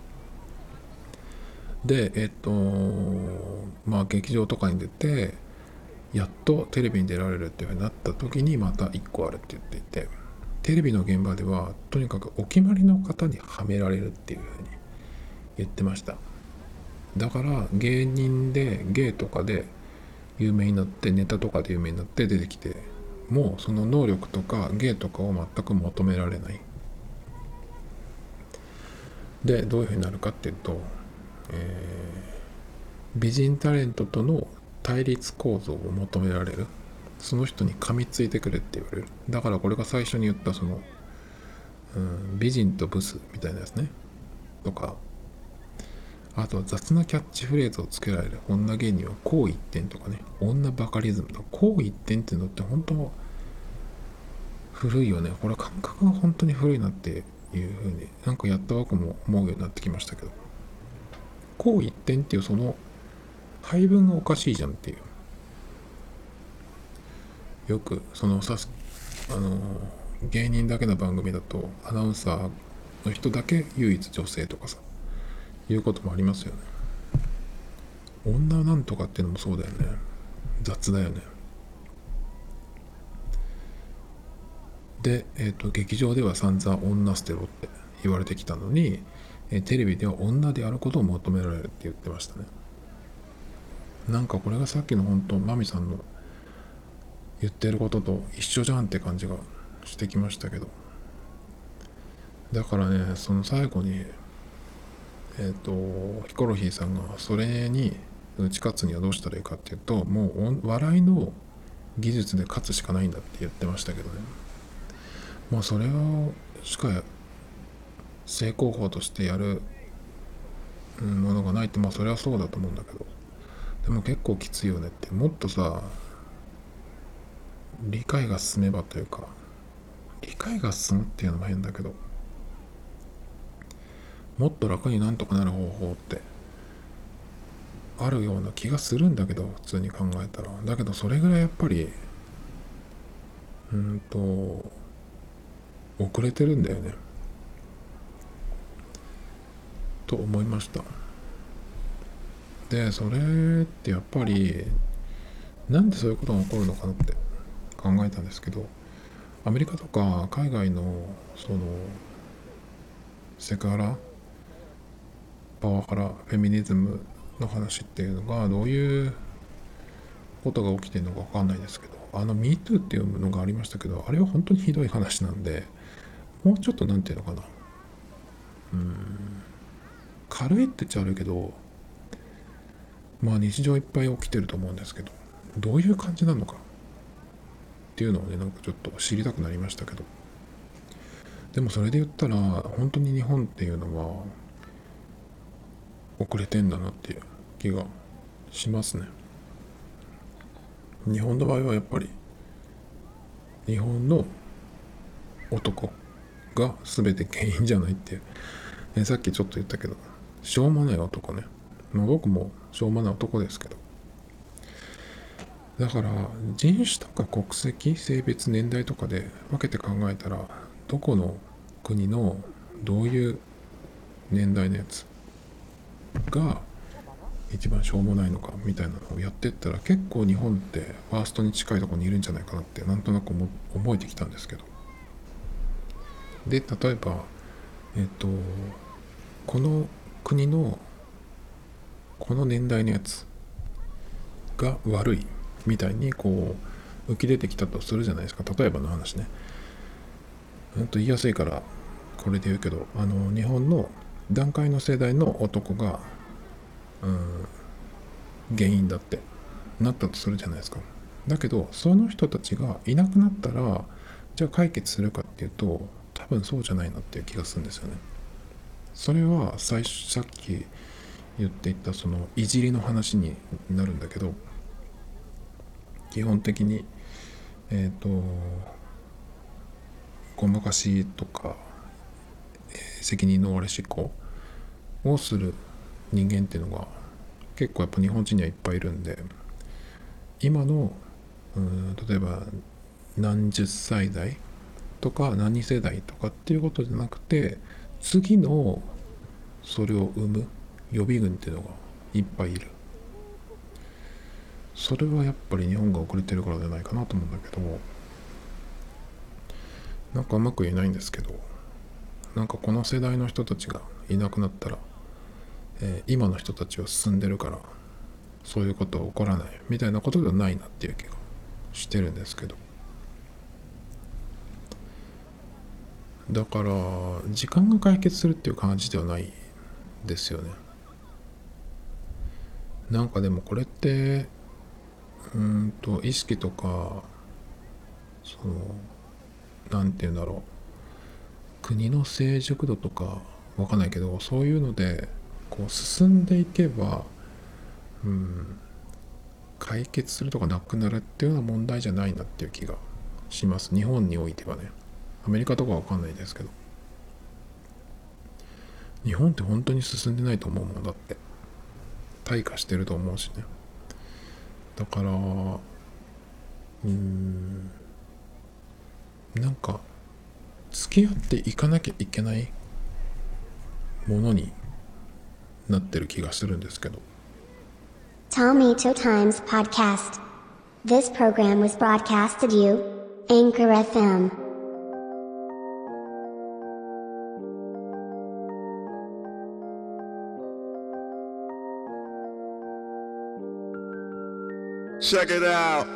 でえっとまあ劇場とかに出てやっとテレビに出られるっていうふうになった時にまたいっこあるって言っていて、テレビの現場ではとにかくお決まりの方にはめられるっていうふうに言ってました。だから芸人で芸とかで有名になって、ネタとかで有名になって出てきてもうその能力とか芸とかを全く求められない。でどういうふうになるかっていうと、えー美人タレントとの対立構造を求められる、その人に噛みついてくれって言われる。だからこれが最初に言ったその、うん、美人とブスみたいなやつねとか、あとは雑なキャッチフレーズをつけられる女芸人はこう一点とかね、女バカリズムとか、こう一点っていうのって本当古いよね。これ感覚が本当に古いなっていうふうになんかやった僕も思うようになってきましたけど、こう一点っていうその配分がおかしいじゃんっていう、よくそのさあの芸人だけの番組だとアナウンサーの人だけ唯一女性とかさいうこともありますよね。女なんとかっていうのもそうだよね。雑だよね。で、えー、と劇場では散々女捨てろって言われてきたのに、えーテレビでは女であることを求められるって言ってましたね。なんかこれがさっきの本当マミさんの言ってることと一緒じゃんって感じがしてきましたけど、 だからね、その最後にえっ、とヒコロヒーさんがそれに打ち勝つにはどうしたらいいかっていうと、もう笑いの技術で勝つしかないんだって言ってましたけどね。まあそれをしか正攻法としてやるものがないって、まあそれはそうだと思うんだけど、でも結構きついよねって。もっとさ、理解が進めばというか、理解が進むっていうのも変だけど、もっと楽になんとかなる方法ってあるような気がするんだけど、普通に考えたら。だけどそれぐらいやっぱりうーんと遅れてるんだよねと思いました。でそれってやっぱりなんでそういうことが起こるのかなって考えたんですけど、アメリカとか海外のそのセクハラ、パワハラ、フェミニズムの話っていうのがどういうことが起きてるのか分かんないですけど、あの MeToo っていうのがありましたけど、あれは本当にひどい話なんで、もうちょっとなんていうのかな、うーん軽いって言っちゃ悪いけど、まあ日常いっぱい起きてると思うんですけど、どういう感じなのかっていうのをね、なんかちょっと知りたくなりましたけど、でもそれで言ったら本当に日本っていうのは遅れてんだなっていう気がしますね。日本の場合はやっぱり日本の男が全て原因じゃないっていう、えさっきちょっと言ったけど、しょうもない男ね、まあ、僕もしょうもない男ですけど、だから人種とか国籍、性別、年代とかで分けて考えたら、どこの国のどういう年代のやつが一番しょうもないのかみたいなのをやってったら、結構日本ってファーストに近いところにいるんじゃないかなってなんとなく思思えてきたんですけど、で例えばえっとこの国のこの年代のやつが悪いみたいにこう浮き出てきたとするじゃないですか。例えばの話ね、うんと言いやすいからこれで言うけど、あの日本の団塊の世代の男がうん原因だってなったとするじゃないですか。だけどその人たちがいなくなったら、じゃあ解決するかっていうと多分そうじゃないなっていう気がするんですよね。それは最初さっき言っていたそのいじりの話になるんだけど、基本的にえっ、ー、とごまかしとか、えー責任の追われ思考をする人間っていうのが結構やっぱ日本人にはいっぱいいるんで、今のうん例えば何十歳代とか何世代とかっていうことじゃなくて、次のそれを生む予備軍っていうのがいっぱいいる。それはやっぱり日本が遅れてるからじゃないかなと思うんだけど、なんかうまく言えないんですけど、なんかこの世代の人たちがいなくなったら、えー今の人たちは進んでるからそういうことは起こらないみたいなことではないなっていう気がしてるんですけど、だから時間が解決するっていう感じではないですよね。なんかでもこれってうーんと意識とか、そのなんて言うんだろう、国の成熟度とかわかんないけど、そういうのでこう進んでいけば、うん、解決するとかなくなるっていうような問題じゃないなっていう気がします。日本においてはね。アメリカとかわかんないですけど、日本って本当に進んでないと思うもんだって。退化してると思うしね。だからうーんなんか付き合っていかなきゃいけないものになってる気がするんですけど。 Tomito Times Podcast. This program was broadcasted you, Anchor エフエム. Check it out.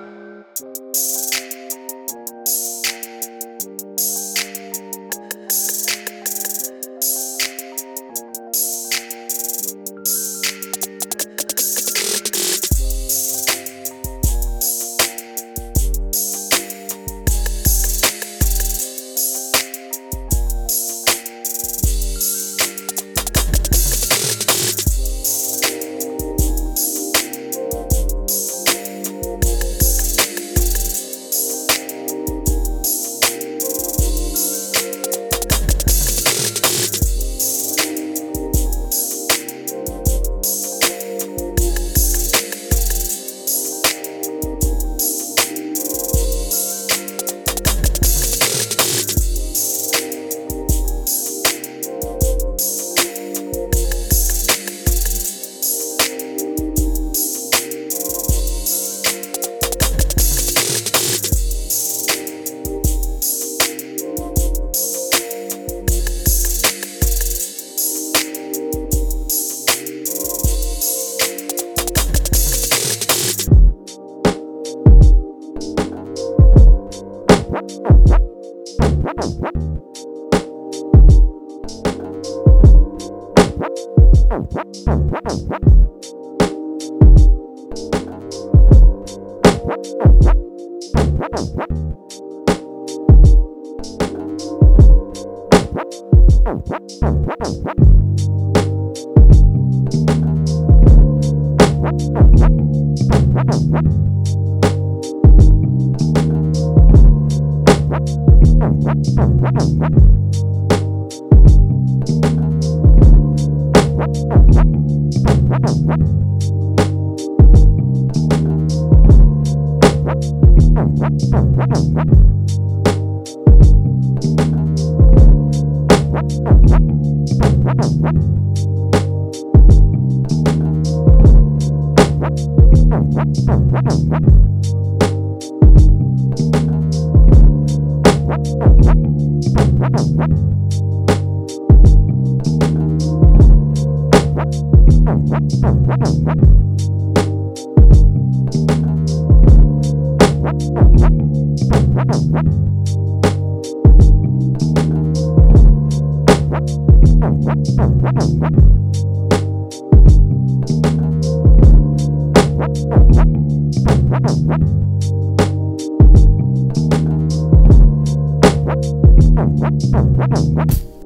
Thank you.